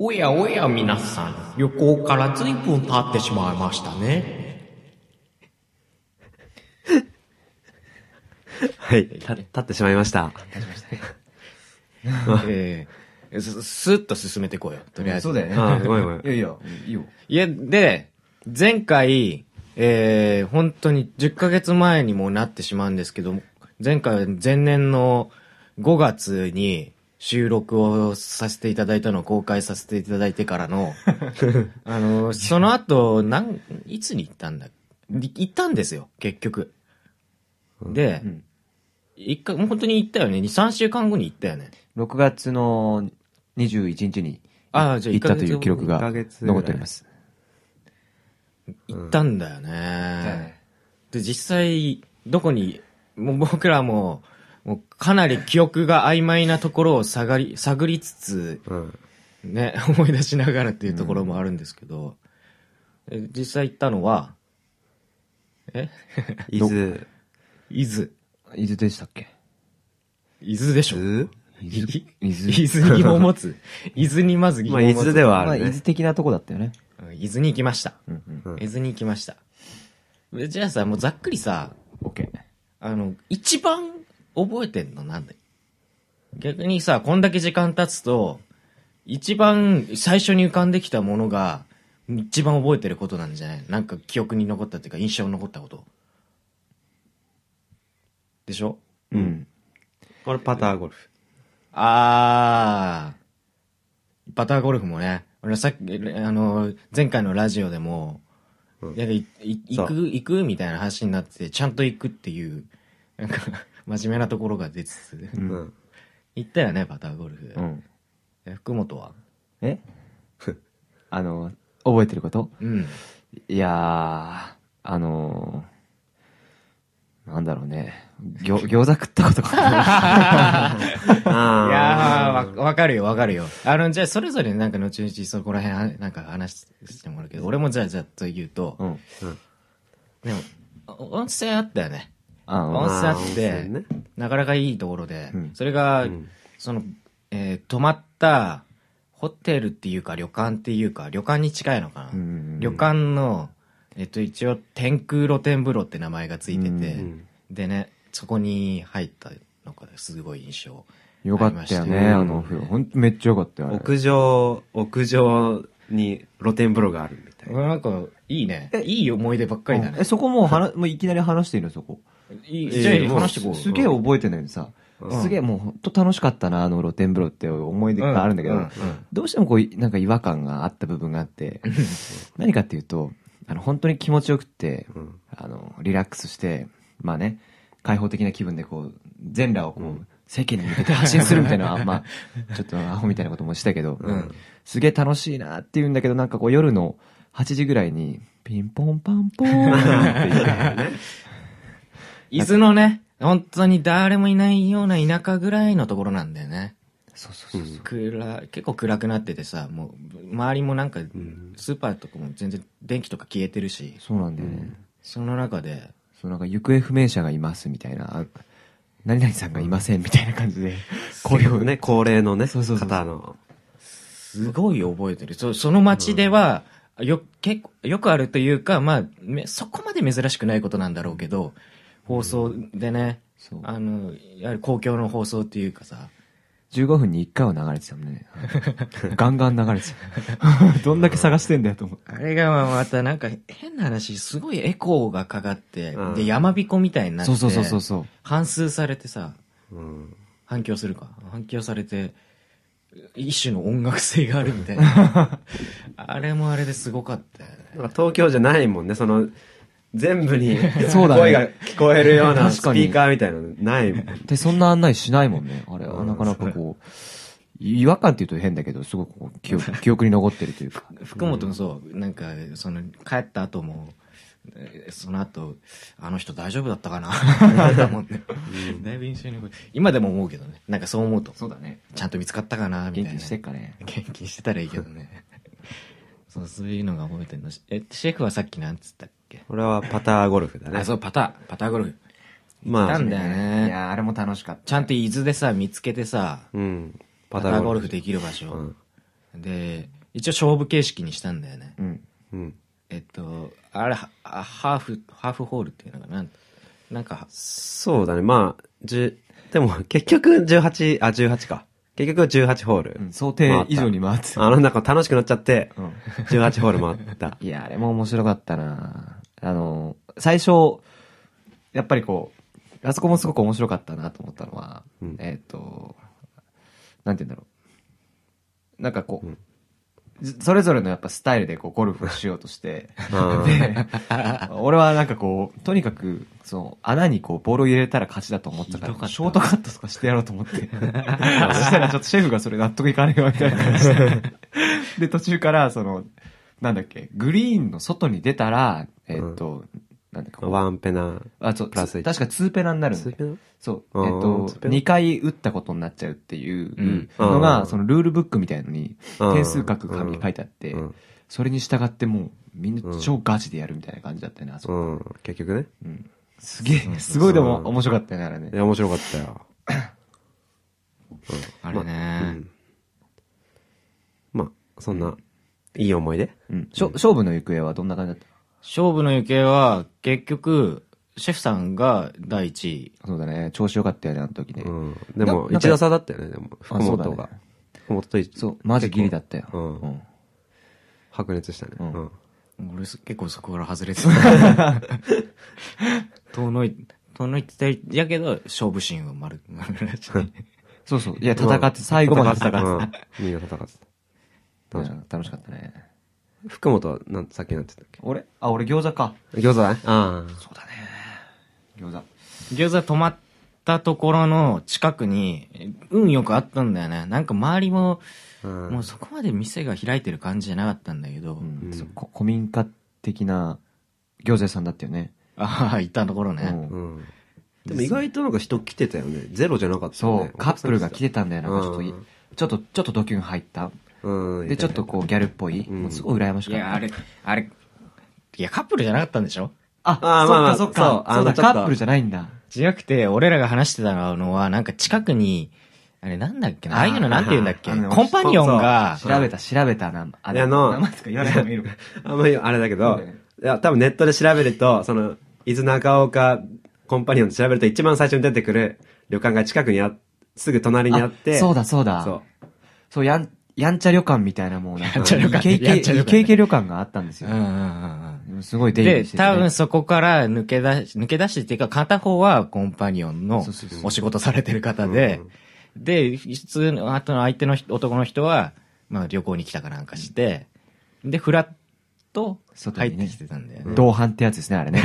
おやおや皆さん、旅行から随分経ってしまいましたね。 はい、立ってしまいました。 スッと進めていこうよ、とりあえず。 そうだよね。 あ、ごめんごめん。 いやいや、いいよ。 いや、で、前回、本当に10ヶ月前にもなってしまうんですけど、前年の5月に収録をさせていただいたのを公開させていただいてからの、その後、いつに行ったんだ行ったんですよ、結局。で、もう本当に行ったよね。2、3週間後に行ったよね。 6月の21日にああ、じゃあ行ったという記録が 1ヶ月残っております。 行ったんだよね。で、実際、どこに、もう僕らもうかなり記憶が曖昧なところを探りつつ、ね、思い出しながらっていうところもあるんですけど、実際行ったのは、 伊豆でしたっけ？ 伊豆でしょ？伊伊豆に疑問を持つ。伊豆にまず疑問を持つ。 まあ伊豆ではあまあ、 るね。 伊豆的なとこだったよね。 伊豆に行きました。 うん伊豆に行きました。じゃあさ、もうざっくりさ、 OK。 一番覚えてんのなんだよ。逆にさ、こんだけ時間経つと、一番最初に浮かんできたものが、一番覚えてることなんじゃない？なんか記憶に残ったっていうか、印象に残ったこと。でしょ？ うん。 これパターゴルフ。 パターゴルフもね、俺さっき、前回のラジオでも、行くみたいな話になってて、ちゃんと行くっていう、なんか、真面目なところが出つつ、行ったよね、パターゴルフ。 うん。 福本は覚えてること？ うん。 いやー、なんだろうね。餃子食ったことかな。 いやー、わかるよ、わかるよ。じゃあ、それぞれなんか後々そこら辺、なんか話してもらうけど、俺もじゃあと言うと、でも、温泉あったよね。温泉あって、なかなかいいところで、それが、泊まったホテルっていうか旅館っていうか、旅館に近いのかな。旅館の、一応天空露天風呂って名前がついてて、でね、そこに入ったのがすごい印象。 よかったよね、お風呂。ほんとめっちゃよかったよ。 屋上に露天風呂があるみたいな。 なんか、いいね。いい思い出ばっかりだね。 そこもういきなり話していいの、そこ。 じゃあ話してこう。 すげえ覚えてないのにさ、すげえもうほんと楽しかったな、露天風呂って思い出があるんだけど、どうしてもなんか違和感があった部分があって、何かっていうと、本当に気持ちよくって、リラックスして、まあね、開放的な気分で全裸を世間に向けて発信するみたいな、まあ、ちょっとアホみたいなこともしたけど、すげえ楽しいなって言うんだけど、なんか夜の8時ぐらいに、ピンポンパンポーンって言って、 伊豆のね、本当に誰もいないような田舎ぐらいのところなんだよね。 そう。 結構暗くなっててさ、もう、周りもなんか、スーパーとかも全然電気とか消えてるし。 そうなんだよね。 その中で。 なんか行方不明者がいますみたいな、何々さんがいませんみたいな感じで、 こういうね、高齢のね、方の。 すごい覚えてる。その街では、結構、よくあるというか、まあ、そこまで珍しくないことなんだろうけど、放送でね、やはり公共の放送っていうかさ、 15分に1回は流れてたもんね。ガンガン流れてた。どんだけ探してんだよと思って。 あれがまたなんか変な話、すごいエコーがかかって、で、山彦みたいになって、 そう。 反芻されてさ、反響されて、一種の音楽性があるみたいな。あれもあれですごかったよね。 なんか東京じゃないもんね、全部にそうだね声が聞こえるようなスピーカーみたいなのないもん。 で、そんな案内しないもんね。あれはなかなか違和感って言うと変だけど、すごく記憶に残ってるというか。 福本もそう、なんか、帰った後も、その後、あの人大丈夫だったかなだもんね。だいぶ印象に残る。今でも思うけどね。なんかそう思うと。 そうだね。 ちゃんと見つかったかなみたいな。 元気してっかね。 元気してたらいいけどね。そういうのが覚えてるの。シェフはさっきなんつったっけ？ これはパターゴルフだね。 そう、パターゴルフ。 まあ。 なんだよね。 いや、あれも楽しかった。 ちゃんと伊豆でさ、見つけてさ、 うん。 パターゴルフできる場所。 で、一応勝負形式にしたんだよね。 うん。 うん。 あれ、ハーフホールっていうのかな。なんか、 そうだね。まあ、でも結局18か。結局18ホール。 想定以上に回ってた。 なんか楽しくなっちゃって、18ホール回った。 いや、あれも面白かったな。最初、やっぱりこう、あそこもすごく面白かったなと思ったのは、なんて言うんだろう。なんかこう、それぞれのやっぱスタイルでこうゴルフをしようとして、で、俺はなんかこう、とにかく、穴にこうボールを入れたら勝ちだと思ってたから、ショートカットとかしてやろうと思って。そしたらちょっとシェフがそれ納得いかねえよみたいな感じで。で、途中からなんだっけ、グリーンの外に出たら、なんだっけ、 ワンペナ。 そう、確か2ペナになるんで。そう、2回打ったことになっちゃうっていうのが、そのルールブックみたいのに、点数書く紙に書いてあって、それに従ってもう、みんな超ガチでやるみたいな感じだったよね、あそこ。 結局ね。 すげえ、すごいでも面白かったよね、あれね。 いや、面白かったよ。 あれね。 まあ、そんな、いい思い出。 勝負の行方はどんな感じだった？ 勝負の行方は、結局、シェフさんが第一位。 そうだね。調子良かったよね、あの時ね。 でも、1打差だったよね、でも。福本が。福本とそう、マジギリだったよ。 白熱したね。 俺結構そこから外れてた。遠のいてたやけど、勝負心は丸らしい。 そうそう。いや、戦って、最後まで戦って。 みんな戦ってた。楽しかったね。 福本はさっきなんて言ったっけ？ 俺餃子か。 餃子だね。 そうだね。 餃子止まったところの近くに、運よくあったんだよね。なんか周りも、もうそこまで店が開いてる感じじゃなかったんだけど。 古民家的な餃子屋さんだったよね。 ああ、行ったところね。 でも意外となんか人来てたよね。ゼロじゃなかったよね。 そう、カップルが来てたんだよな。ちょっとドキュン入った。で、ちょっとこうギャルっぽい。もうすごい羨ましかった。 いや、あれ、いや、カップルじゃなかったんでしょ？ そっか。そうだ、カップルじゃないんだ。 違くて、俺らが話してたのは、なんか近くに、あれなんだっけな、ああいうのなんて言うんだっけ、コンパニオンが。 調べたな。名前とか言わない方がいいのか。 あんまりあれだけど、いや、多分ネットで調べると、伊豆中岡コンパニオンで調べると一番最初に出てくる旅館が近くにすぐ隣にあって。 そうだ。そう、やんちゃ旅館みたいなもうなんか、イケイケ旅館があったんですよ。すごい出入りしてて。 で、多分そこから抜け出してっていうか、片方はコンパニオンのお仕事されてる方で、で、普通の、あとの相手の男の人は、まあ旅行に来たかなんかして、で、フラッと入ってきてたんだよね。 同伴ってやつですね、あれね。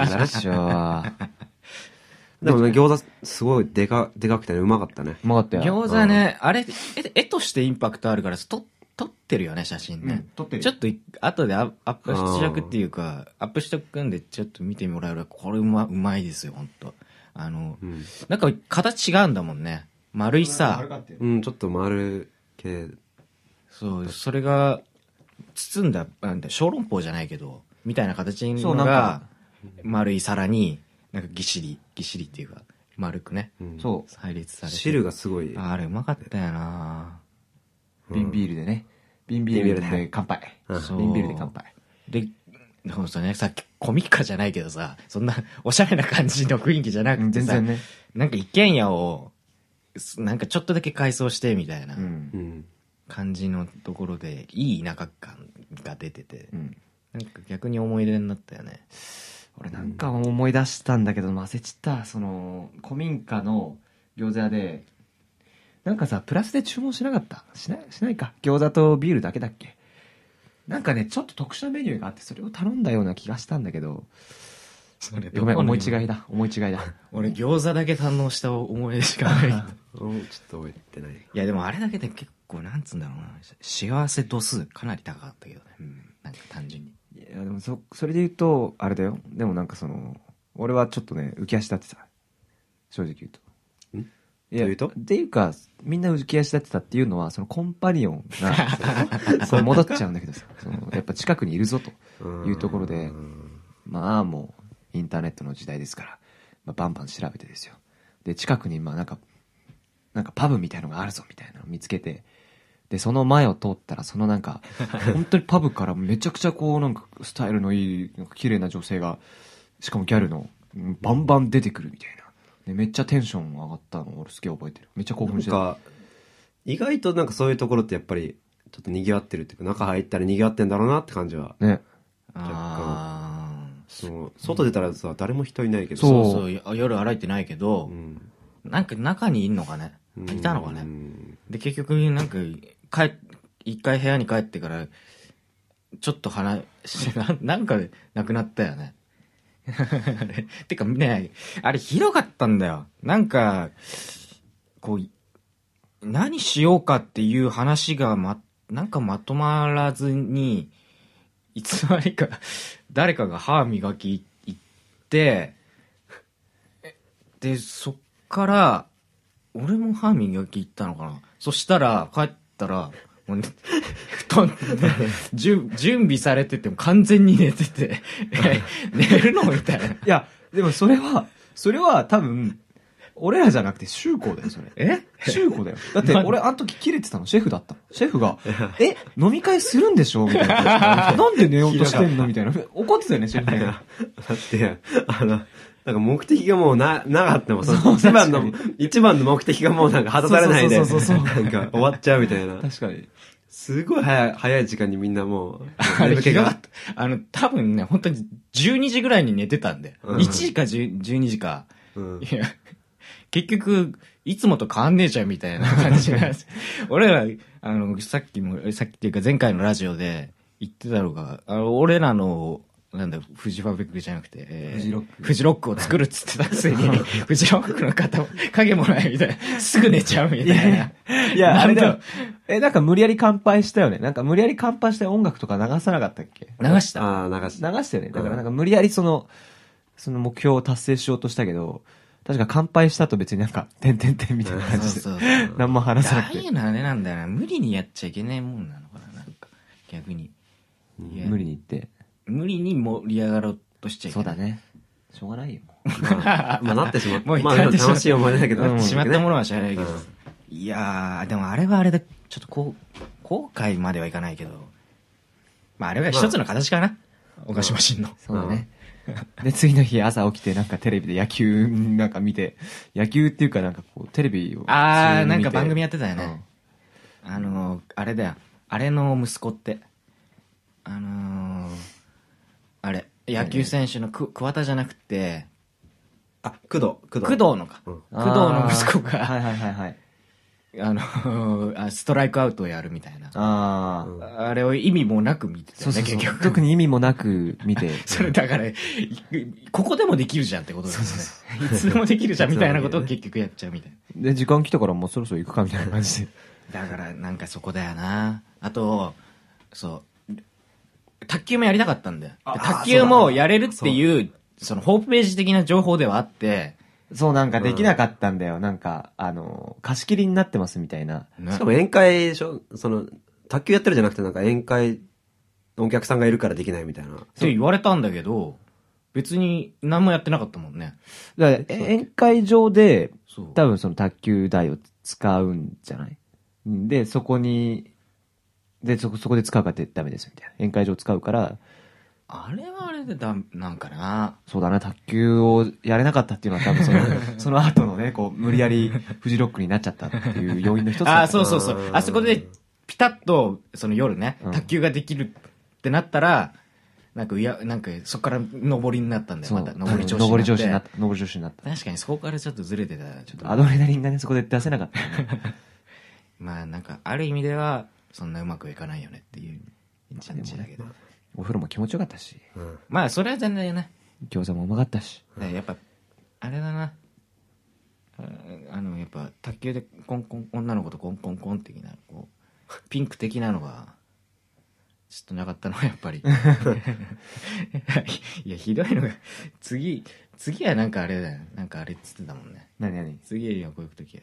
でもね、餃子すごいでかくてね、うまかったね。 うまかったよ。 餃子ね、あれ、絵としてインパクトあるから、撮ってるよね、写真ね。 撮ってる。 ちょっと、後でアップしとくっていうか、アップしとくんで、ちょっと見てもらえれば、これうまいですよ、ほんと。なんか、形違うんだもんね。丸いさ。 ちょっと丸系。 そう、それが、包んだ、小籠包じゃないけど、みたいな形のが、丸い皿に、なんかぎっしりっていうか、丸くね。 そう。 配列されて。 汁がすごい。 あれうまかったよな。 瓶ビールでね。瓶ビールで乾杯。瓶ビールで乾杯。 で、そうね、さっきコミカじゃないけどさ、そんなおしゃれな感じの雰囲気じゃなくてさ、全然ね。なんか一軒家を、なんかちょっとだけ改装してみたいな感じのところで、いい田舎感が出てて、なんか逆に思い出になったよね。 俺なんか思い出したんだけど忘れちった。古民家の餃子屋で、なんかさ、プラスで注文しなかった？しないか。餃子とビールだけだっけ？なんかね、ちょっと特殊なメニューがあって、それを頼んだような気がしたんだけど、ごめん、思い違いだ。 俺餃子だけ堪能した思い出しかない。 ちょっと覚えてない。 いやでもあれだけで結構、なんつうんだろうな、幸せ度数かなり高かったけどね。なんか単純に。 いやでもそれで言うとあれだよ。でもなんか俺はちょっとね浮き足立ってた、正直言うと。っていうかみんな浮き足立ってたっていうのはコンパニオンがそう戻っちゃうんだけどさ、やっぱ近くにいるぞというところで、まあもうインターネットの時代ですから、バンバン調べてですよ。で近くになんかパブみたいのがあるぞみたいなのを見つけて、 で、その前を通ったら、そのなんか、本当にパブからめちゃくちゃこうなんかスタイルのいい、なんか綺麗な女性が、しかもギャルの、バンバン出てくるみたいな。でめっちゃテンション上がったのを俺すげえ覚えてる。めっちゃ興奮してた。 なんか、意外となんかそういうところってやっぱり、ちょっと賑わってるっていうか、中入ったら賑わってんだろうなって感じは。 ね。 外出たらさ、誰も人いないけど。 そう夜歩いてないけど、 うん、 なんか中にいんのかね。いたのかね。で、結局なんか、一回部屋に帰ってから、ちょっとなんかなくなったよね。てかね、あれひどかったんだよ。なんか、こう、何しようかっていう話がなんかまとまらずに、いつまりか誰かが歯磨き行って、で、そっから、俺も歯磨き行ったのかな。そしたら、帰ったら、もうね、布団で準備されてても完全に寝てて、寝るのみたいな。 いや、でもそれは多分、俺らじゃなくて修子だよ、それ。修子だよ。だって俺あの時切れてたのシェフだったの。シェフが、飲み会するんでしょみたいな。なんで寝ようとしてんのみたいな。怒ってたよね、シェフが。 だって、なんか目的がもうなかったもん。一番の目的がもうなんか果たされないで、なんか終わっちゃうみたいな。 確かに。 すごい早い時間にみんなもう、 眠気が。多分ね、本当に12時ぐらいに寝てたんで。1時か12時か。いや、結局、いつもと変わんねえじゃんみたいな感じが。俺ら、さっきっていうか前回のラジオで言ってたのが、俺らの、なんだ、フジファブリックじゃなくて、フジロックを作るっつってたくせに、フジロックの影もないみたいな、すぐ寝ちゃうみたいな。 いや、あれだよ。なんか無理やり乾杯したよね。なんか無理やり乾杯して音楽とか流さなかったっけ？ 流した。 流したよね。だからなんか無理やりその目標を達成しようとしたけど、確か乾杯した後別になんか、てんてんてんみたいな感じで、何も話さなくて。 ああいうのあれなんだよな。無理にやっちゃいけないもんなのかな、なんか、逆に。 無理に言って。 無理に盛り上がろうとしちゃいけない。 そうだね。しょうがないよ。 まあなってしまった。 もうまあ楽しい思い出だけど。 なってしまったものは知らないけど。いやー、でもあれはあれで、ちょっと後悔まではいかないけど、まああれは一つの形かな。お菓子マシンの。 そうだね。で、次の日朝起きてなんかテレビで野球なんか見て、野球っていうかなんかこうテレビを。 なんか番組やってたよね。あれだよ。あれの息子って。あれ、野球選手の桑田じゃなくて、 工藤のか。工藤の息子が、 はいはいはいはい。 ストライクアウトをやるみたいな。あれを意味もなく見てたよね、結局。 特に意味もなく見て。 それだから、ここでもできるじゃんってことですね。いつでもできるじゃんみたいなことを結局やっちゃうみたいな。 で、時間来たからもうそろそろ行くかみたいな感じで。 だからなんかそこだよな。あと、そう、卓球もやりたかったんだよ。卓球もやれるっていう、そのホームページ的な情報ではあって、 そう、なんかできなかったんだよ。なんか、貸し切りになってますみたいな。 しかも宴会でしょ、卓球やってるじゃなくてなんか宴会、お客さんがいるからできないみたいな。 って言われたんだけど、別に何もやってなかったもんね。 だから宴会場で、多分その卓球台を使うんじゃない？で、そこで使うかってダメですみたいな。宴会場使うから、 あれはあれでなんかな。 そうだな、卓球をやれなかったっていうのは多分その後のね、こう、無理やりフジロックになっちゃったっていう要因の一つだった。 そう。あそこで、ピタッと、その夜ね、卓球ができるってなったら、なんかそこから上りになったんだよ、また。上り調子になった。確かにそこからちょっとずれてた。ちょっとアドレナリンがね、そこで出せなかった、ね。 まあなんか、ある意味では、そんなうまくいかないよねっていう一日だけど。 お風呂も気持ちよかったし。 まあ、それは全然ね。 餃子もうまかったし。 やっぱ、あれだな。やっぱ、卓球で女の子とコンコンコン的な、こう、ピンク的なのが、ちょっとなかったのはやっぱり。いや、ひどいのが、次はなんかあれだよ。なんかあれっつってたもんね。 何次はこういう時は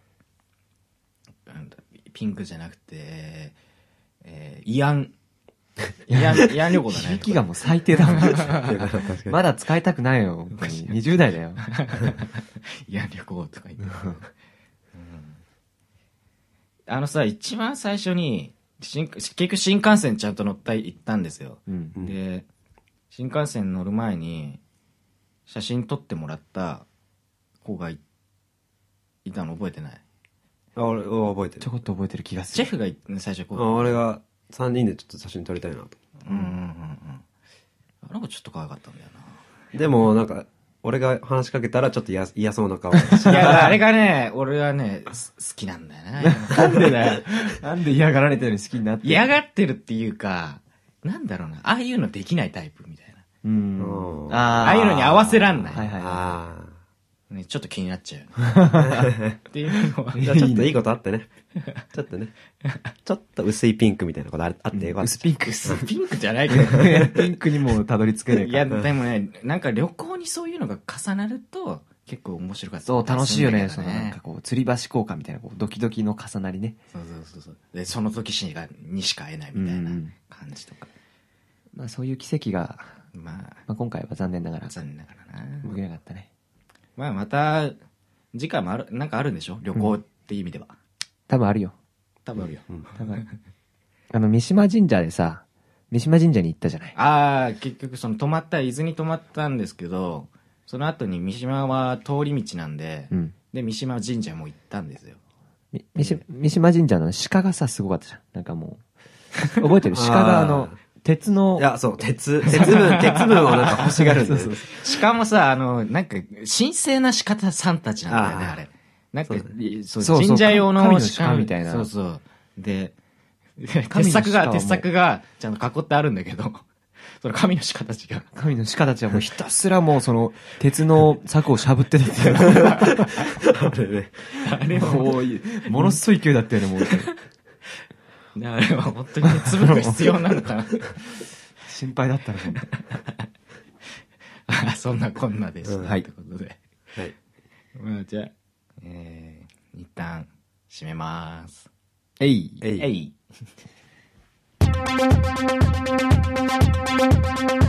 なんだ、ピンクじゃなくて、慰安旅行だね。 響きがもう最低だもん。まだ使いたくないよ。20代だよ。 慰安旅行とか言って。 さ、一番最初に、結局新幹線ちゃんと行ったんですよ。で、新幹線乗る前に、写真撮ってもらった子がいたの覚えてない？ 俺覚えてる。 ちょこっと覚えてる気がする。 シェフが最初俺が3人でちょっと写真撮りたいなと。 なんかちょっと可愛かったんだよな。 でもなんか、俺が話しかけたらちょっと嫌そうな顔。 いや、あれがね、俺はね、好きなんだよな。 なんでだよ。なんで嫌がられてるのに好きになってる。 嫌がってるっていうか、なんだろうな、ああいうのできないタイプみたいな。ああいうのに合わせらんない。 はいはいね、ちょっと気になっちゃう。っていうのは。 じゃあちょっといいことあってね。ちょっとね。ちょっと薄いピンクみたいなことあってよかった。 薄ピンク。 ピンクじゃないけど。 ピンクにもたどり着けないいや、でもね、なんか旅行にそういうのが重なると、結構面白かった。 そう、楽しいよね。そのなんかこう、吊り橋効果みたいな、こう、ドキドキの重なりね。 そう。で、その時にしか会えないみたいな感じとか。 まあそういう奇跡が、まあ今回は残念ながら。 残念ながらな。 起きなかったね。 まあまた、次回もなんかあるんでしょ？旅行っていう意味では。 多分あるよ。 多分あるよ。 多分。三島神社でさ、三島神社に行ったじゃない。 ああ、結局伊豆に泊まったんですけど、その後に三島は通り道なんで、で、三島神社も行ったんですよ。 三島神社の鹿がさ、すごかったじゃん。なんかもう、覚えてる？鹿が鉄の。 いや、そう、鉄分をなんか欲しがるんだよ。 しかもさ、なんか、神聖な鹿さんたちなんだよね、あれ。なんか、神社用の鹿みたいな。 そうそう。で、鉄柵がちゃんと囲ってあるんだけど、その神の鹿たちが。 神の鹿たちはもうひたすらもうその、鉄の柵をしゃぶってたっていう。あれもう、ものすごい勢いだったよね、もう。 あれは本当に鉄分が必要なのかな。 心配だったね。 そんなこんなでした。 はい。 ということで。 はい。 まあじゃあ、一旦締めます。 えい。 えい。